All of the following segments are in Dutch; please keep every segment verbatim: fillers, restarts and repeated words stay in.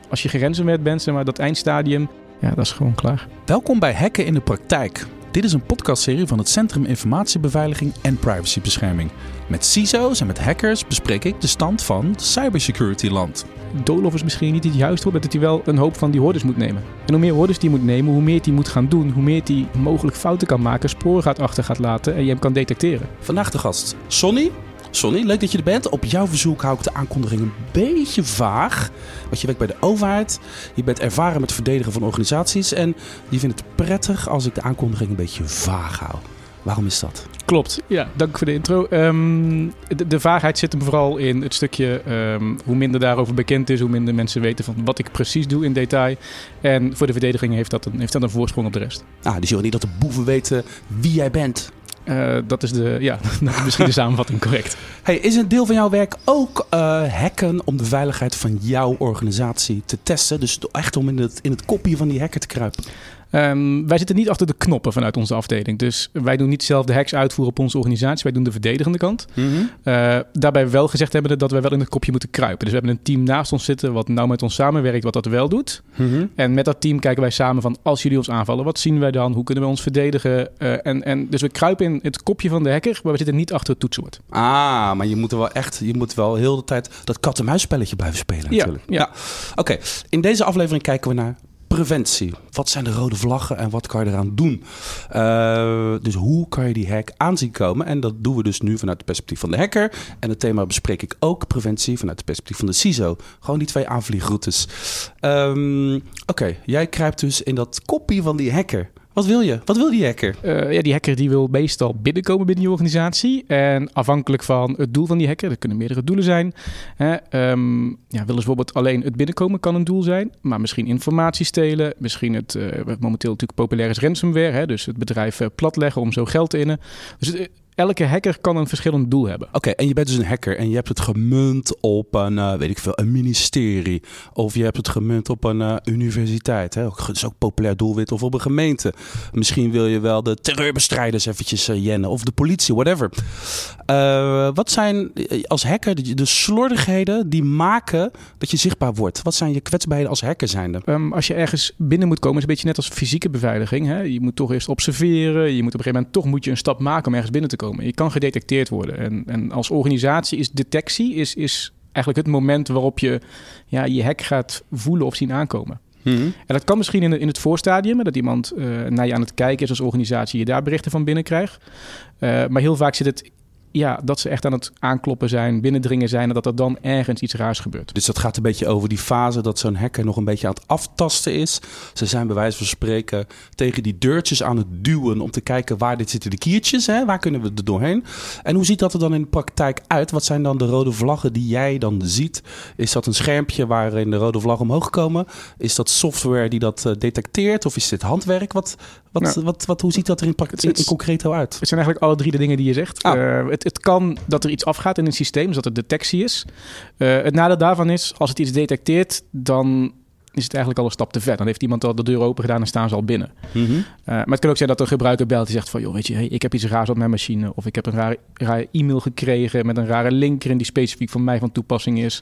als je geransomware bent, zeg maar, dat eindstadium, ja, dat is gewoon klaar. Welkom bij Hacken in de Praktijk. Dit is een podcastserie van het Centrum Informatiebeveiliging en Privacybescherming. Met C I S O's en met hackers bespreek ik de stand van cybersecurity land. Doolhof is misschien niet het juiste woord, dat hij wel een hoop van die hordes moet nemen. En hoe meer hordes die moet nemen, hoe meer hij moet gaan doen, hoe meer hij mogelijk fouten kan maken, sporen gaat achter gaat laten en je hem kan detecteren. Vandaag de gast Sonny. Sonny, leuk dat je er bent. Op jouw verzoek hou ik de aankondiging een beetje vaag. Want je werkt bij de overheid. Je bent ervaren met het verdedigen van organisaties. En je vindt het prettig als ik de aankondiging een beetje vaag hou. Waarom is dat? Klopt, ja, dank voor de intro. Um, de, de vaagheid zit hem vooral in het stukje um, hoe minder daarover bekend is, hoe minder mensen weten van wat ik precies doe in detail. En voor de verdediging heeft dat een, heeft dat een voorsprong op de rest. Ah, dus je wil niet dat de boeven weten wie jij bent. Uh, dat is de, ja, dat is misschien de samenvatting correct. Hey, is een deel van jouw werk ook uh, hacken om de veiligheid van jouw organisatie te testen? Dus echt om in het, in het kopje van die hacker te kruipen? Um, wij zitten niet achter de knoppen vanuit onze afdeling. Dus wij doen niet zelf de hacks uitvoeren op onze organisatie. Wij doen de verdedigende kant. Mm-hmm. Uh, daarbij wel gezegd hebben dat wij wel in het kopje moeten kruipen. Dus we hebben een team naast ons zitten wat nou met ons samenwerkt, wat dat wel doet. Mm-hmm. En met dat team kijken wij samen van, als jullie ons aanvallen, wat zien wij dan? Hoe kunnen we ons verdedigen? Uh, en, en, dus we kruipen in het kopje van de hacker, maar we zitten niet achter het toetsenbord. Ah, maar je moet er wel echt, je moet wel heel de tijd dat kat-en-muisspelletje blijven spelen natuurlijk. Ja, ja. ja. Oké, okay. In deze aflevering kijken we naar preventie. Wat zijn de rode vlaggen en wat kan je eraan doen? Uh, dus hoe kan je die hack aanzien komen? En dat doen we dus nu vanuit het perspectief van de hacker. En het thema bespreek ik ook, preventie, vanuit het perspectief van de C I S O. Gewoon die twee aanvliegroutes. Um, Oké, okay. Jij kruipt dus in dat kopje van die hacker. Wat wil je? Wat wil die hacker? Uh, ja, die hacker die wil meestal binnenkomen binnen je organisatie. En afhankelijk van het doel van die hacker, er kunnen meerdere doelen zijn. Hè, um, ja, willen ze bijvoorbeeld alleen het binnenkomen kan een doel zijn. Maar misschien informatie stelen. Misschien het, uh, momenteel natuurlijk populair is ransomware. Hè, dus het bedrijf uh, platleggen om zo geld te innen. Dus het, elke hacker kan een verschillend doel hebben. Oké, okay, en je bent dus een hacker en je hebt het gemunt op een, uh, weet ik veel, een ministerie. Of je hebt het gemunt op een uh, universiteit. Hè? Dat is ook populair doelwit. Of op een gemeente. Misschien wil je wel de terreurbestrijders eventjes uh, jennen. Of de politie, whatever. Uh, wat zijn als hacker de, de slordigheden die maken dat je zichtbaar wordt? Wat zijn je kwetsbaarheden als hacker zijnde? Um, als je ergens binnen moet komen, is het een beetje net als fysieke beveiliging. Hè? Je moet toch eerst observeren. Je moet op een gegeven moment toch moet je een stap maken om ergens binnen te komen. Je kan gedetecteerd worden. En, en als organisatie is detectie is, is eigenlijk het moment waarop je ja, je hack gaat voelen of zien aankomen. Mm-hmm. En dat kan misschien in, in het voorstadium, dat iemand uh, naar je aan het kijken is als organisatie, je daar berichten van binnenkrijgt. Uh, maar heel vaak zit het ja, dat ze echt aan het aankloppen zijn, binnendringen zijn en dat er dan ergens iets raars gebeurt. Dus dat gaat een beetje over die fase dat zo'n hacker nog een beetje aan het aftasten is. Ze zijn bij wijze van spreken tegen die deurtjes aan het duwen om te kijken waar dit zitten de kiertjes, hè? Waar kunnen we er doorheen? En hoe ziet dat er dan in de praktijk uit? Wat zijn dan de rode vlaggen die jij dan ziet? Is dat een schermpje waarin de rode vlag omhoog komen? Is dat software die dat uh, detecteert? Of is dit handwerk? Wat, wat, nou, wat, wat, hoe ziet dat er in, in, in concreto uit? Het zijn eigenlijk alle drie de dingen die je zegt. Ah. Uh, het, het kan dat er iets afgaat in het systeem, dus dat er detectie is. Uh, het nadeel daarvan is, als het iets detecteert, dan is het eigenlijk al een stap te ver. Dan heeft iemand al de deur open gedaan en staan ze al binnen. Mm-hmm. Uh, maar het kan ook zijn dat een gebruiker belt die zegt van, joh, weet je, hey, ik heb iets raars op mijn machine. Of ik heb een rare, rare e-mail gekregen met een rare link erin die specifiek voor mij van toepassing is.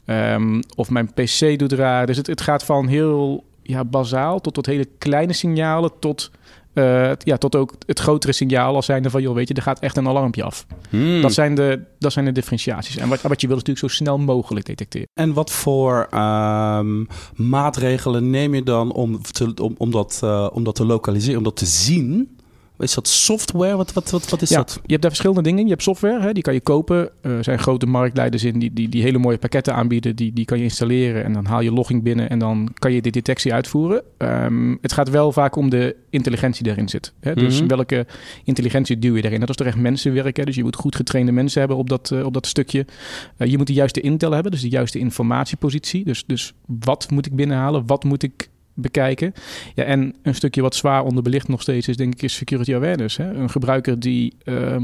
Um, of mijn P C doet raar. Dus het, het gaat van heel ja, bazaal tot, tot hele kleine signalen tot Uh, ja, tot ook het grotere signaal als zijnde van, joh, weet je, er gaat echt een alarmpje af. Hmm. Dat zijn de, dat zijn de differentiaties. En wat, wat je wil is natuurlijk zo snel mogelijk detecteren. En wat voor um, maatregelen neem je dan om, te, om, om, dat, uh, om dat te lokaliseren, om dat te zien? Is dat software? Wat, wat, wat, wat is ja, dat? Je hebt daar verschillende dingen. Je hebt software, hè, die kan je kopen. Er uh, zijn grote marktleiders in die, die, die hele mooie pakketten aanbieden. Die, die kan je installeren en dan haal je logging binnen en dan kan je de detectie uitvoeren. Um, het gaat wel vaak om de intelligentie die erin zit. Hè? Dus mm-hmm. welke intelligentie duw je daarin? Dat is toch echt mensenwerk. Hè? Dus je moet goed getrainde mensen hebben op dat, uh, op dat stukje. Uh, je moet de juiste intel hebben, dus de juiste informatiepositie. Dus, dus wat moet ik binnenhalen? Wat moet ik bekijken. Ja, en een stukje wat zwaar onderbelicht nog steeds is, denk ik, is security awareness. Hè? Een gebruiker die,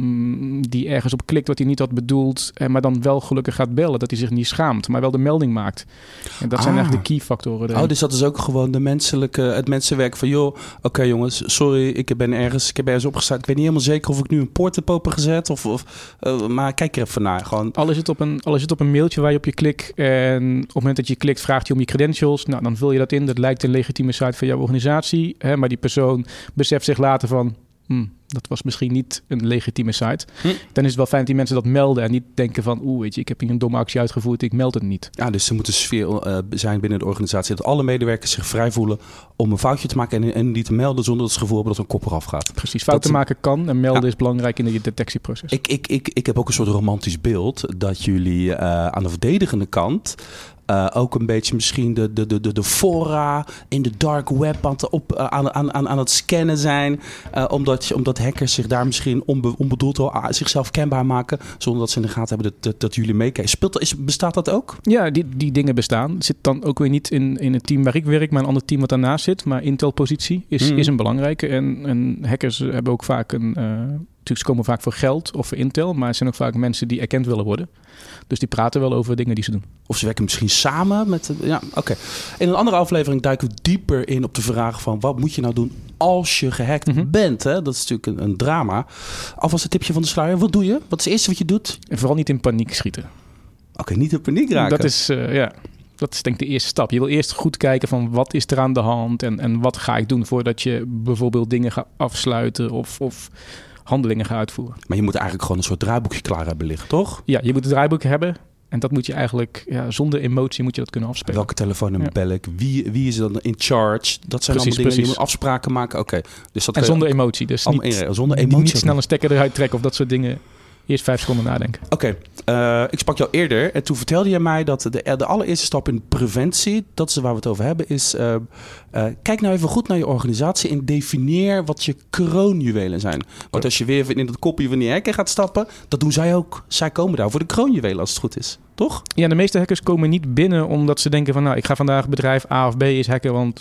um, die ergens op klikt wat hij niet had bedoeld, eh, maar dan wel gelukkig gaat bellen, dat hij zich niet schaamt, maar wel de melding maakt. En dat ah. zijn eigenlijk de key factoren. Oh, dus dat is ook gewoon de menselijke, het mensenwerk van, joh, oké okay, jongens, sorry, ik ben ergens, ik heb ergens opgestaan. Ik weet niet helemaal zeker of ik nu een poort heb opengezet, of, of uh, maar kijk er even naar. Gewoon. Al is het op een, al is het op een mailtje waar je op je klikt en op het moment dat je klikt vraagt hij om je credentials. Nou, dan vul je dat in. Dat lijkt een legitieme site van jouw organisatie. Hè, maar die persoon beseft zich later van, hmm, dat was misschien niet een legitieme site. Hm. Dan is het wel fijn dat die mensen dat melden en niet denken van, oeh, weet je, ik heb hier een domme actie uitgevoerd, ik meld het niet. Ja, dus er moet een sfeer uh, zijn binnen de organisatie dat alle medewerkers zich vrij voelen om een foutje te maken en, en die te melden zonder dat ze het gevoel hebben dat er een kop eraf gaat. Precies, fouten dat, maken kan en melden ja. is belangrijk in je detectieproces. Ik, ik, ik, ik heb ook een soort romantisch beeld dat jullie uh, aan de verdedigende kant Uh, ook een beetje misschien de, de, de, de fora in de dark web aan, te op, uh, aan, aan, aan, aan het scannen zijn. Uh, omdat, omdat hackers zich daar misschien onbe, onbedoeld al zichzelf kenbaar maken. Zonder dat ze in de gaten hebben dat, dat, dat jullie meekijken. Speelt, is, bestaat dat ook? Ja, die, die dingen bestaan. Zit dan ook weer niet in, in het team waar ik werk, maar een ander team wat daarnaast zit. Maar Intel-positie is, hmm. is een belangrijke. En, en hackers hebben ook vaak een... Uh, natuurlijk, ze komen vaak voor geld of voor Intel. Maar het zijn ook vaak mensen die erkend willen worden. Dus die praten wel over dingen die ze doen. Of ze werken misschien samen met... Ja, oké. Okay. In een andere aflevering duiken we dieper in op de vraag van... wat moet je nou doen als je gehackt mm-hmm. bent? Hè? Dat is natuurlijk een, een drama. Alvast een tipje van de sluier. Wat doe je? Wat is het eerste wat je doet? En vooral niet in paniek schieten. Oké, okay, niet in paniek raken. Dat is, uh, ja... Dat is denk ik de eerste stap. Je wil eerst goed kijken van wat is er aan de hand... en, en wat ga ik doen voordat je bijvoorbeeld dingen gaat afsluiten... of, of handelingen gaat uitvoeren. Maar je moet eigenlijk gewoon een soort draaiboekje klaar hebben liggen, toch? Ja, je moet een draaiboek hebben... En dat moet je eigenlijk, ja, zonder emotie moet je dat kunnen afspelen. Welke telefoonnummer ja. bel ik? Wie, wie is er dan in charge? Dat zijn precies, allemaal dingen. Je moet afspraken maken. Oké. Okay. Dus dat en zonder emotie. Dus niet, in, zonder emotie. Niet snel een stekker eruit trekken of dat soort dingen. Eerst vijf seconden nadenken. Oké, okay. uh, ik sprak jou eerder en toen vertelde je mij dat de, de allereerste stap in preventie, dat is waar we het over hebben, is uh, uh, kijk nou even goed naar je organisatie en definieer wat je kroonjuwelen zijn. Want als je weer in dat kopje van die hacker gaat stappen, dat doen zij ook. Zij komen daar voor de kroonjuwelen als het goed is, toch? Ja, de meeste hackers komen niet binnen omdat ze denken van nou, ik ga vandaag bedrijf A of B eens hacken, want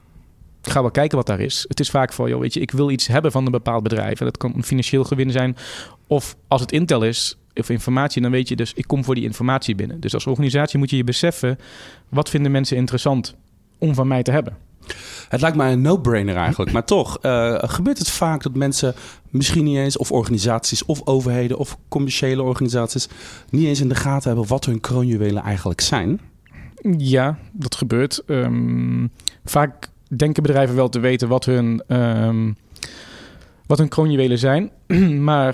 ik ga wel kijken wat daar is. Het is vaak van, joh, weet je, ik wil iets hebben van een bepaald bedrijf. En dat kan een financieel gewin zijn. Of als het Intel is, of informatie, dan weet je dus, ik kom voor die informatie binnen. Dus als organisatie moet je je beseffen, wat vinden mensen interessant om van mij te hebben? Het lijkt mij een no-brainer eigenlijk. Maar toch, uh, gebeurt het vaak dat mensen misschien niet eens, of organisaties, of overheden, of commerciële organisaties, niet eens in de gaten hebben wat hun kroonjuwelen eigenlijk zijn? Ja, dat gebeurt. Um, vaak denken bedrijven wel te weten wat hun, um, wat hun kroonjuwelen zijn. Maar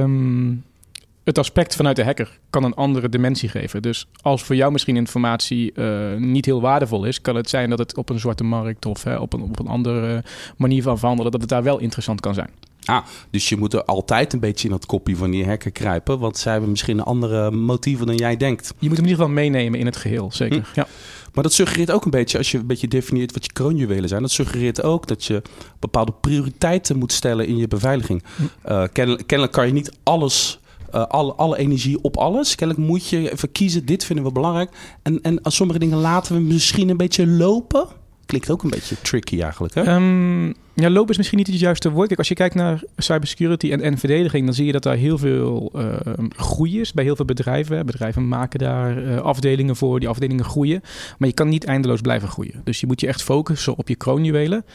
um, het aspect vanuit de hacker kan een andere dimensie geven. Dus als voor jou misschien informatie uh, niet heel waardevol is, kan het zijn dat het op een zwarte markt of hè, op, een, op een andere manier van verhandelen, dat het daar wel interessant kan zijn. Ah, dus je moet er altijd een beetje in dat kopje van die hacker kruipen, want zij hebben misschien andere motieven dan jij denkt. Je moet hem in ieder geval meenemen in het geheel, zeker. Hm. Ja. Maar dat suggereert ook een beetje, als je een beetje definieert wat je kroonjuwelen zijn, dat suggereert ook dat je bepaalde prioriteiten moet stellen in je beveiliging. Hm. Uh, kennelijk, kennelijk kan je niet alles, uh, alle, alle energie op alles. Kennelijk moet je even kiezen, dit vinden we belangrijk. En, en als sommige dingen laten we misschien een beetje lopen. Klinkt ook een beetje tricky eigenlijk, hè? Um, ja, lopen is misschien niet het juiste woord. Kijk, als je kijkt naar cybersecurity en, en verdediging, dan zie je dat daar heel veel uh, groei is bij heel veel bedrijven. Bedrijven maken daar uh, afdelingen voor, die afdelingen groeien. Maar je kan niet eindeloos blijven groeien. Dus je moet je echt focussen op je kroonjuwelen.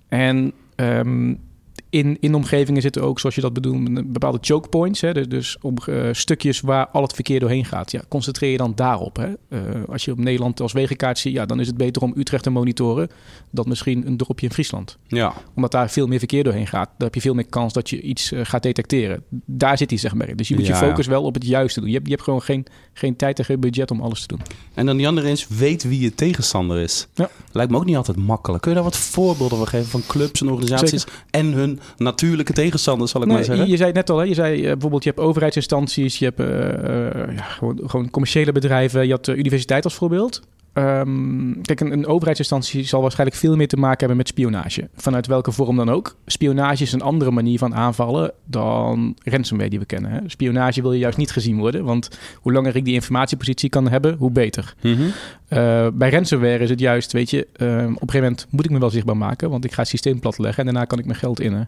En um, In, in omgevingen zitten ook, zoals je dat bedoelt, bepaalde choke points. Hè? Dus, dus om uh, stukjes waar al het verkeer doorheen gaat. Ja, concentreer je dan daarop. Hè? Uh, als je op Nederland als wegenkaart ziet, ja, dan is het beter om Utrecht te monitoren dan misschien een dorpje in Friesland. Ja. Omdat daar veel meer verkeer doorheen gaat. Dan heb je veel meer kans dat je iets uh, gaat detecteren. Daar zit hij, zeg maar in. Dus je moet ja, je focus ja. wel op het juiste doen. Je hebt, je hebt gewoon geen, geen tijd en geen budget om alles te doen. En dan die andere is, weet wie je tegenstander is. Ja. Lijkt me ook niet altijd makkelijk. Kun je daar wat voorbeelden van geven van clubs en organisaties Zeker. En hun natuurlijke tegenstanders, zal ik nee, maar zeggen? Je, je zei het net al, hè? Je zei uh, bijvoorbeeld, je hebt overheidsinstanties, je hebt uh, uh, ja, gewoon, gewoon commerciële bedrijven, je had de universiteit als voorbeeld. Um, kijk, een, een overheidsinstantie zal waarschijnlijk veel meer te maken hebben met spionage. Vanuit welke vorm dan ook. Spionage is een andere manier van aanvallen dan ransomware die we kennen. Hè. Spionage wil je juist niet gezien worden. Want hoe langer ik die informatiepositie kan hebben, hoe beter. Mm-hmm. Uh, bij ransomware is het juist, weet je, uh, op een gegeven moment moet ik me wel zichtbaar maken. Want ik ga het systeem platleggen en daarna kan ik mijn geld innen.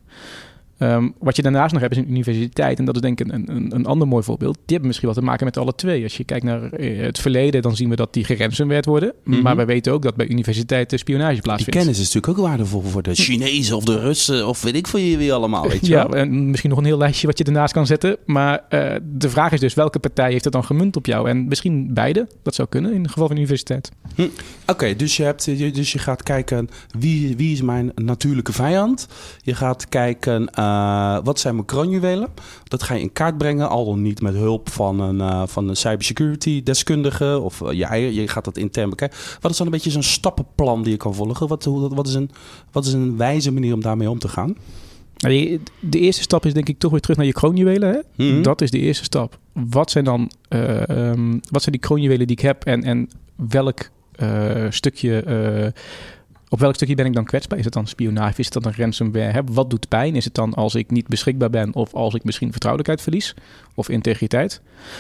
Um, wat je daarnaast nog hebt is een universiteit. En dat is denk ik een, een, een ander mooi voorbeeld. Die hebben misschien wat te maken met alle twee. Als je kijkt naar het verleden, dan zien we dat die geransomware worden. Mm-hmm. Maar wij weten ook dat bij universiteiten spionage plaatsvindt. Die kennis is natuurlijk ook waardevol voor de Chinezen of de Russen of weet ik veel je wie allemaal. Weet je ja, wel? En misschien nog een heel lijstje wat je ernaast kan zetten. Maar uh, de vraag is dus, welke partij heeft het dan gemunt op jou? En misschien beide. Dat zou kunnen in het geval van de universiteit. Hm. Oké, okay, dus, je hebt, dus je gaat kijken, wie, wie is mijn natuurlijke vijand? Je gaat kijken... Uh, wat zijn mijn kroonjuwelen? Dat ga je in kaart brengen, al dan niet met hulp van een, uh, van een cybersecurity deskundige of uh, je, eigen, je gaat dat intern bekijken. Wat is dan een beetje zo'n stappenplan die je kan volgen? Wat, wat, is, een, wat is een wijze manier om daarmee om te gaan? Nou, de eerste stap is denk ik toch weer terug naar je kroonjuwelen. Hè? Mm-hmm. Dat is de eerste stap. Wat zijn dan uh, um, wat zijn die kroonjuwelen die ik heb en, en welk uh, stukje... Uh, Op welk stukje ben ik dan kwetsbaar? Is het dan spionage? Is het dan een ransomware? Wat doet pijn? Is het dan als ik niet beschikbaar ben of als ik misschien vertrouwelijkheid verlies of integriteit?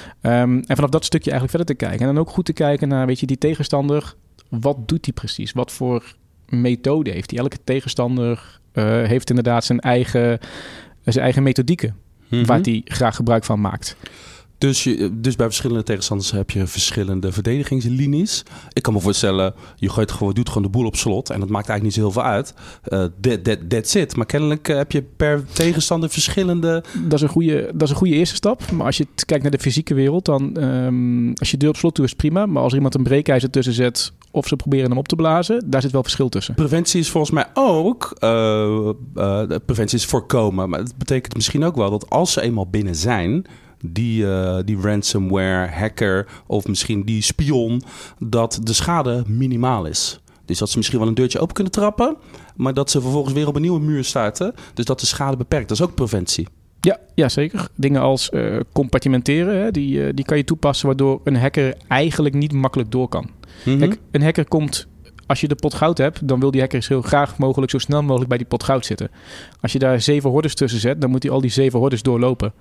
Um, en vanaf dat stukje eigenlijk verder te kijken. En dan ook goed te kijken naar, weet je, die tegenstander. Wat doet die precies? Wat voor methode heeft die? Elke tegenstander uh, heeft inderdaad zijn eigen, zijn eigen methodieken. Mm-hmm. Waar hij graag gebruik van maakt. Dus, je, dus bij verschillende tegenstanders heb je verschillende verdedigingslinies. Ik kan me voorstellen, je gooit gewoon, doet gewoon de boel op slot. En dat maakt eigenlijk niet zo heel veel uit. Uh, that, that, that's it. Maar kennelijk uh, heb je per tegenstander verschillende... Dat is, een goede, dat is een goede eerste stap. Maar als je kijkt naar de fysieke wereld, dan... Um, als je deur op slot doet, is prima. Maar als er iemand een breekijzer tussen zet... of ze proberen hem op te blazen, daar zit wel verschil tussen. Preventie is volgens mij ook... Uh, uh, preventie is voorkomen. Maar het betekent misschien ook wel dat als ze eenmaal binnen zijn... Die, uh, die ransomware hacker of misschien die spion, dat de schade minimaal is. Dus dat ze misschien wel een deurtje open kunnen trappen, maar dat ze vervolgens weer op een nieuwe muur starten. Dus dat de schade beperkt. Dat is ook preventie. Ja, ja zeker. Dingen als uh, compartimenteren, hè, die, uh, die kan je toepassen waardoor een hacker eigenlijk niet makkelijk door kan. Mm-hmm. Kijk, een hacker komt... Als je de pot goud hebt, dan wil die hacker heel graag mogelijk zo snel mogelijk bij die pot goud zitten. Als je daar zeven hordes tussen zet, dan moet hij al die zeven hordes doorlopen.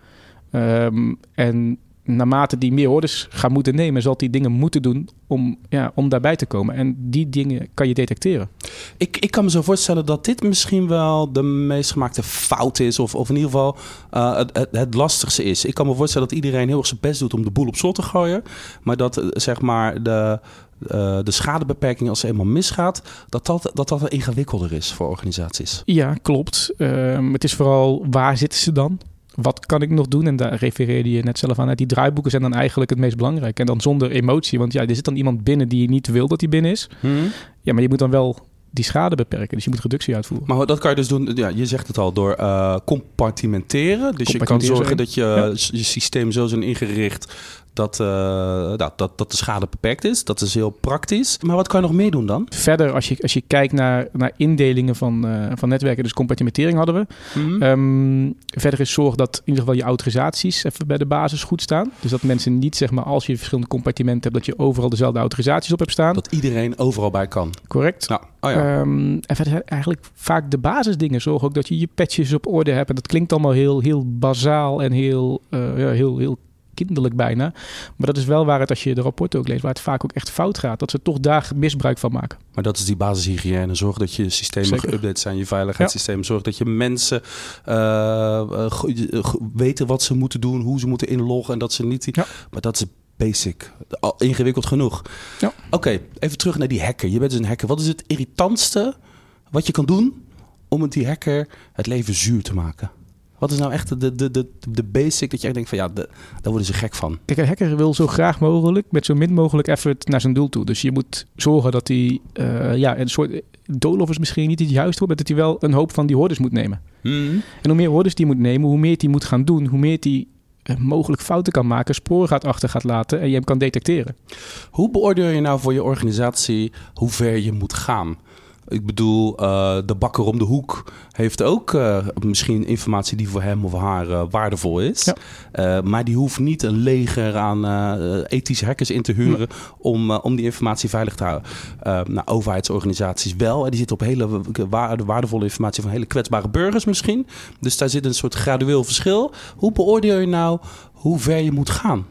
Um, en naarmate die meer hordes gaat moeten nemen, zal hij dingen moeten doen om, ja, om daarbij te komen. En die dingen kan je detecteren. Ik, ik kan me zo voorstellen dat dit misschien wel de meest gemaakte fout is. Of, of in ieder geval uh, het, het, het lastigste is. Ik kan me voorstellen dat iedereen heel erg zijn best doet om de boel op slot te gooien. Maar dat uh, zeg maar de... Uh, de schadebeperking als het eenmaal misgaat, dat dat, dat dat ingewikkelder is voor organisaties. Ja, klopt. Uh, het is vooral, waar zitten ze dan? Wat kan ik nog doen? En daar refereerde je net zelf aan. Die draaiboeken zijn dan eigenlijk het meest belangrijk. En dan zonder emotie. Want ja, er zit dan iemand binnen die je niet wil dat hij binnen is. Hmm. Ja, maar je moet dan wel die schade beperken. Dus je moet reductie uitvoeren. Maar dat kan je dus doen, ja, je zegt het al, door uh, compartimenteren. Dus je kan zorgen dat je, ja. je systeem zo is ingericht... Dat, uh, dat, dat, dat de schade beperkt is. Dat is heel praktisch. Maar wat kan je nog meer doen dan? Verder, als je, als je kijkt naar, naar indelingen van, uh, van netwerken, dus compartimentering hadden we. Mm-hmm. Um, verder is zorg dat in ieder geval je autorisaties even bij de basis goed staan. Dus dat mensen niet, zeg maar, als je verschillende compartimenten hebt, dat je overal dezelfde autorisaties op hebt staan. Dat iedereen overal bij kan. Correct. Nou, oh ja. um, en verder eigenlijk vaak de basisdingen. Zorg ook dat je je patches op orde hebt. En dat klinkt allemaal heel, heel bazaal en heel, uh, ja, heel, heel kinderlijk bijna. Maar dat is wel waar het, als je de rapporten ook leest, waar het vaak ook echt fout gaat. Dat ze toch daar misbruik van maken. Maar dat is die basishygiëne. Zorg dat je systemen geüpdate zijn, je veiligheidssysteem. Ja. Zorg dat je mensen uh, uh, weten wat ze moeten doen, hoe ze moeten inloggen en dat ze niet... Die... Ja. Maar dat is basic. Al ingewikkeld genoeg. Ja. Oké, okay, even terug naar die hacker. Je bent dus een hacker. Wat is het irritantste wat je kan doen om het die hacker het leven zuur te maken? Wat is nou echt de, de, de, de basic dat je echt denkt van ja, de, daar worden ze gek van? Kijk, een hacker wil zo graag mogelijk met zo min mogelijk effort naar zijn doel toe. Dus je moet zorgen dat hij, uh, ja, een soort doolhof is misschien niet het juiste woord, maar dat hij wel een hoop van die hordes moet nemen. Mm-hmm. En hoe meer hordes die moet nemen, hoe meer hij moet gaan doen, hoe meer hij uh, mogelijk fouten kan maken, sporen gaat achter gaat laten en je hem kan detecteren. Hoe beoordeel je nou voor je organisatie hoe ver je moet gaan? Ik bedoel, uh, de bakker om de hoek heeft ook uh, misschien informatie die voor hem of haar uh, waardevol is. Ja. Uh, maar die hoeft niet een leger aan uh, ethische hackers in te huren ja. om, uh, om die informatie veilig te houden. Uh, nou, overheidsorganisaties wel. Die zitten op hele waarde, waardevolle informatie van hele kwetsbare burgers misschien. Dus daar zit een soort gradueel verschil. Hoe beoordeel je nou hoe ver je moet gaan?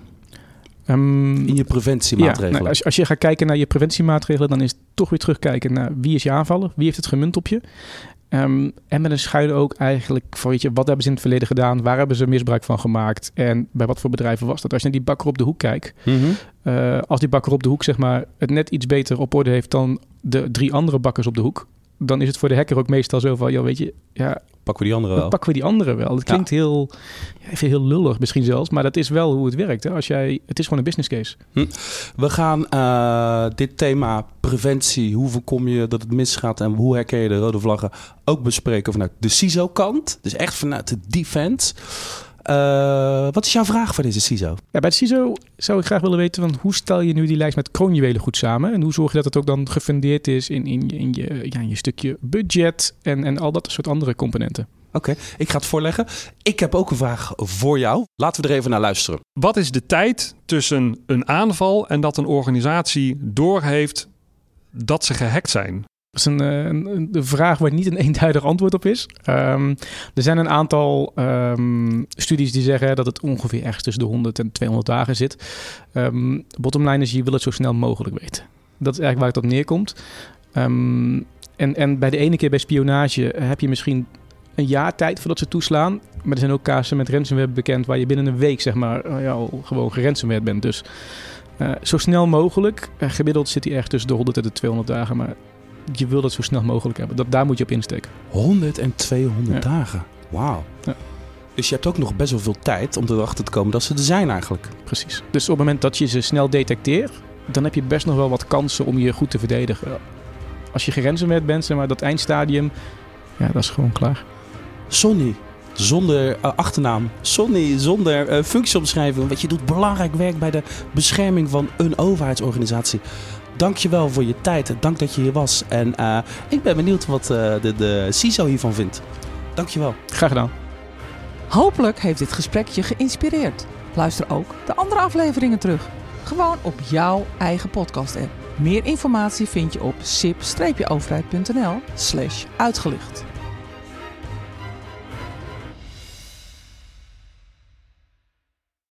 Um, in je preventiemaatregelen. Ja, nou, als, als je gaat kijken naar je preventiemaatregelen, dan is het toch weer terugkijken naar wie is je aanvaller, wie heeft het gemunt op je. Um, en met een schuil ook eigenlijk voor, weet je, wat hebben ze in het verleden gedaan, waar hebben ze misbruik van gemaakt en bij wat voor bedrijven was dat. Als je naar die bakker op de hoek kijkt, mm-hmm. uh, als die bakker op de hoek zeg maar het net iets beter op orde heeft dan de drie andere bakkers op de hoek, dan is het voor de hacker ook meestal zo van, joh, weet je, ja, pakken we die andere wel. Pakken we die andere wel. Het klinkt ja. heel, ja, even heel lullig misschien zelfs, maar dat is wel hoe het werkt. Hè? Als jij, het is gewoon een business case. Hm. We gaan uh, dit thema preventie, hoe voorkom je dat het misgaat en hoe herken je de rode vlaggen, ook bespreken vanuit de C I S O-kant. Dus echt vanuit de defense. Uh, wat is jouw vraag voor deze C I S O? Ja, bij de C I S O zou ik graag willen weten van hoe stel je nu die lijst met kroonjuwelen goed samen? En hoe zorg je dat het ook dan gefundeerd is in, in, in, je, ja, in je stukje budget en, en al dat soort andere componenten? Oké, okay, ik ga het voorleggen. Ik heb ook een vraag voor jou. Laten we er even naar luisteren. Wat is de tijd tussen een aanval en dat een organisatie doorheeft dat ze gehackt zijn? Dat is een, een, een vraag waar niet een eenduidig antwoord op is. Um, er zijn een aantal um, studies die zeggen dat het ongeveer ergens tussen de honderd en tweehonderd dagen zit. Um, bottom line is, je wil het zo snel mogelijk weten. Dat is eigenlijk waar het op neerkomt. Um, en, en bij de ene keer bij spionage heb je misschien een jaar tijd voordat ze toeslaan. Maar er zijn ook casussen met ransomware bekend waar je binnen een week zeg maar ja, al gewoon geransomware bent. Dus uh, zo snel mogelijk. Uh, gemiddeld zit hij ergens tussen de honderd en de tweehonderd dagen. Maar je wil dat zo snel mogelijk hebben. Dat, daar moet je op insteken. honderd en tweehonderd ja. dagen. Wauw. Ja. Dus je hebt ook nog best wel veel tijd om erachter te komen dat ze er zijn eigenlijk. Precies. Dus op het moment dat je ze snel detecteert, dan heb je best nog wel wat kansen om je goed te verdedigen. Als je geransomware bent, zeg maar, dat eindstadium, ja, dat is gewoon klaar. Sonny, zonder uh, achternaam. Sonny, zonder uh, functieomschrijving. Want je doet belangrijk werk bij de bescherming van een overheidsorganisatie. Dank je wel voor je tijd. Dank dat je hier was. En uh, ik ben benieuwd wat uh, de, de C I S O hiervan vindt. Dank je wel. Graag gedaan. Hopelijk heeft dit gesprek je geïnspireerd. Luister ook de andere afleveringen terug. Gewoon op jouw eigen podcast-app. Meer informatie vind je op sip-overheid.nl slash uitgelicht.